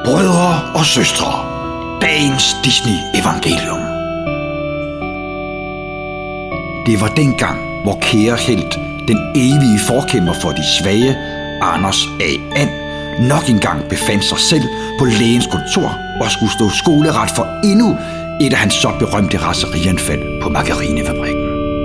Brødre og søstre, dagens Disney-evangelium. Det var dengang, hvor kære helt, den evige forkæmper for de svage, Anders A. And, nok engang befandt sig selv på lægens kontor og skulle stå skoleret for endnu et af hans så berømte raserianfald på margarinefabrikken.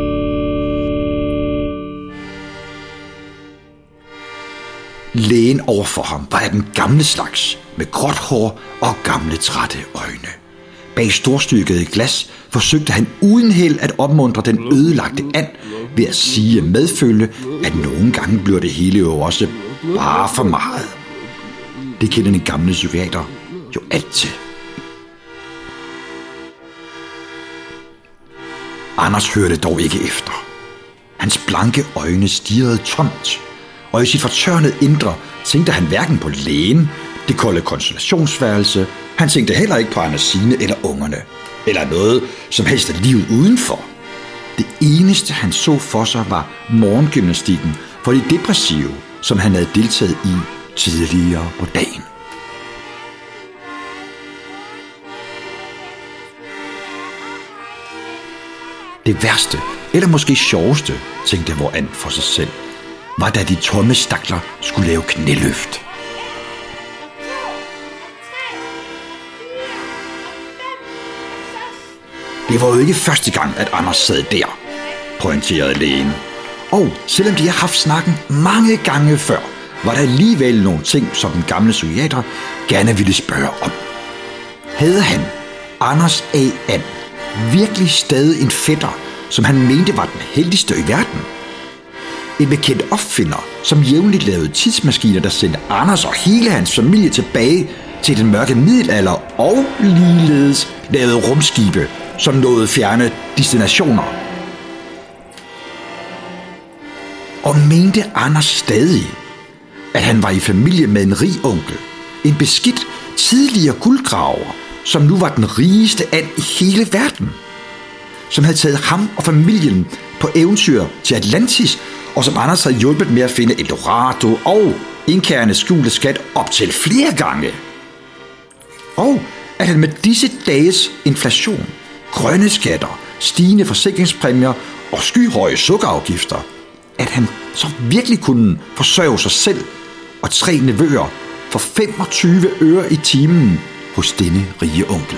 Lægen overfor ham var af den gamle slags, med gråt hår og gamle trætte øjne. Bag storstykkede glas forsøgte han uden held at opmuntre den ødelagte and ved at sige medfølge, at nogle gange bliver det hele jo også bare for meget. Det kender den gamle psykiater jo alt til. Anders hørte dog ikke efter. Hans blanke øjne stirrede tomt, og i sit fortørnede indre tænkte han hverken på lægen, det kolde konsultationsværelse. Han tænkte heller ikke på Andersine eller ungerne, eller noget som helst af livet udenfor. Det eneste han så for sig var morgengymnastikken for de depressive, som han havde deltaget i tidligere på dagen. Det værste, eller måske sjoveste, tænkte vor and for sig selv, var da de tomme stakler skulle lave knæløft. Det var jo ikke første gang, at Anders sad der, pointerede lægen. Og selvom de har haft snakken mange gange før, var der alligevel nogle ting, som den gamle psykiater gerne ville spørge om. Havde han, Anders A. And, virkelig stadig en fætter, som han mente var den heldigste i verden? En bekendt opfinder, som jævnligt lavede tidsmaskiner, der sendte Anders og hele hans familie tilbage til den mørke middelalder, og ligeledes lavede rumskibe, som nåede fjerne destinationer. Og mente Anders stadig, at han var i familie med en rig onkel, en beskidt tidligere guldgraver, som nu var den rigeste and i hele verden, som havde taget ham og familien på eventyr til Atlantis, og som Anders havde hjulpet med at finde Eldorado og indkærende skjulte skat op til flere gange. Og at han med disse dages inflation, grønne skatter, stigende forsikringspræmier og skyhøje sukkerafgifter, at han så virkelig kunne forsørge sig selv og 3 nevøer for 25 øre i timen hos denne rige onkel.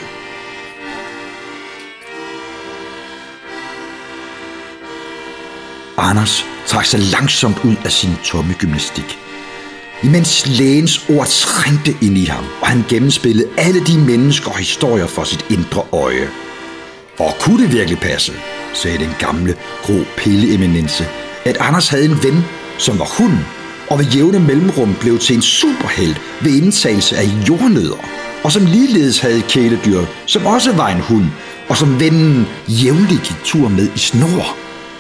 Anders trak sig langsomt ud af sin tomme gymnastik, imens lægens ord trængte ind i ham, og han gennemspillede alle de mennesker og historier for sit indre øje. Og kunne det virkelig passe, sagde den gamle, grå pilleeminense, at Anders havde en ven, som var hund, og ved jævne mellemrum blev til en superhelt ved indtagelse af jordnødder, og som ligeledes havde et kæledyr, som også var en hund, og som vennen jævnligt gik tur med i snor.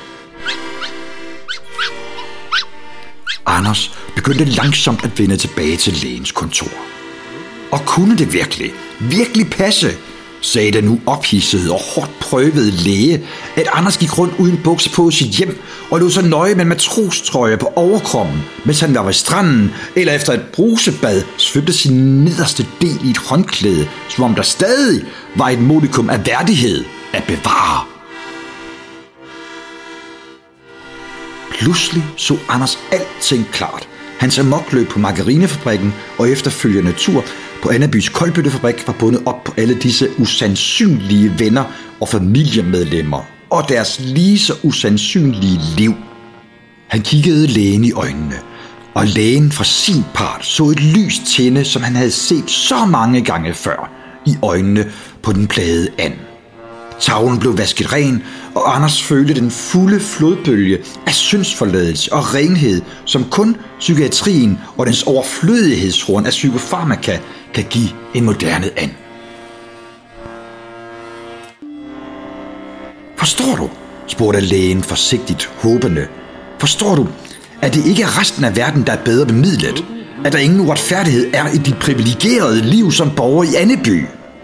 Anders begyndte langsomt at vende tilbage til lægens kontor. Og kunne det virkelig passe, sagde den nu ophidsede og hårdt prøvede læge, at Anders gik rundt uden bukser på sit hjem og lå så nøje med en matrostrøje på overkroppen, mens han var ved stranden eller efter et brusebad svøbte sin nederste del i et håndklæde, som om der stadig var et modikum af værdighed at bevare. Pludselig så Anders alting klart. Hans amokløb på margarinefabrikken og efterfølgende tur på Annabys koldbøttefabrik var bundet op på alle disse usandsynlige venner og familiemedlemmer og deres lige så usandsynlige liv. Han kiggede lægen i øjnene, og lægen fra sin part så et lys tænde, som han havde set så mange gange før, i øjnene på den plagede and. Tavlen blev vasket ren, og Anders følte den fulde flodbølge af syndsforladelse og renhed, som kun psykiatrien og dens overflødighedshorn af psykofarmaka kan give en moderne and. Forstår du, spurgte lægen forsigtigt håbende. Forstår du, at det ikke er resten af verden, der er bedre bemidlet? At der ingen uretfærdighed er i dit privilegerede liv som borger i Anneby?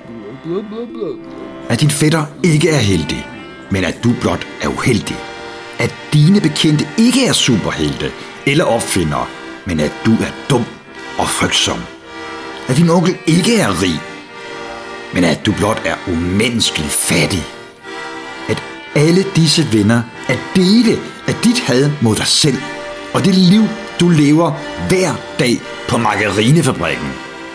At din fætter ikke er heldig, men at du blot er uheldig. At dine bekendte ikke er superhelte eller opfindere, men at du er dum og frygtsom. at din onkel ikke er rig, men at du blot er umenneskeligt fattig. At alle disse venner er dele af dit had mod dig selv og det liv, du lever hver dag på margarinefabrikken.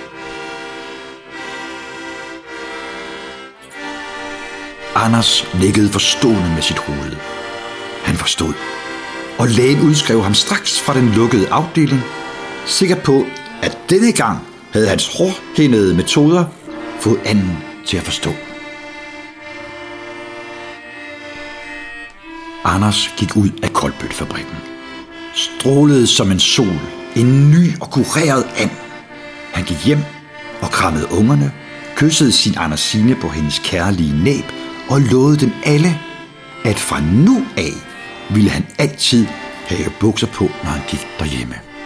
Anders nikkede forstående med sit hoved. Han forstod, og lægen udskrev ham straks fra den lukkede afdeling, sikker på, at denne gang havde hans hårdhændede metoder fået anden til at forstå. Anders gik ud af Koldbøtfabrikken, strålede som en sol, en ny og kureret and. Han gik hjem og krammede ungerne, kyssede sin Andersine på hendes kærlige næb og lovede dem alle, at fra nu af ville han altid have bukser på, når han gik derhjemme.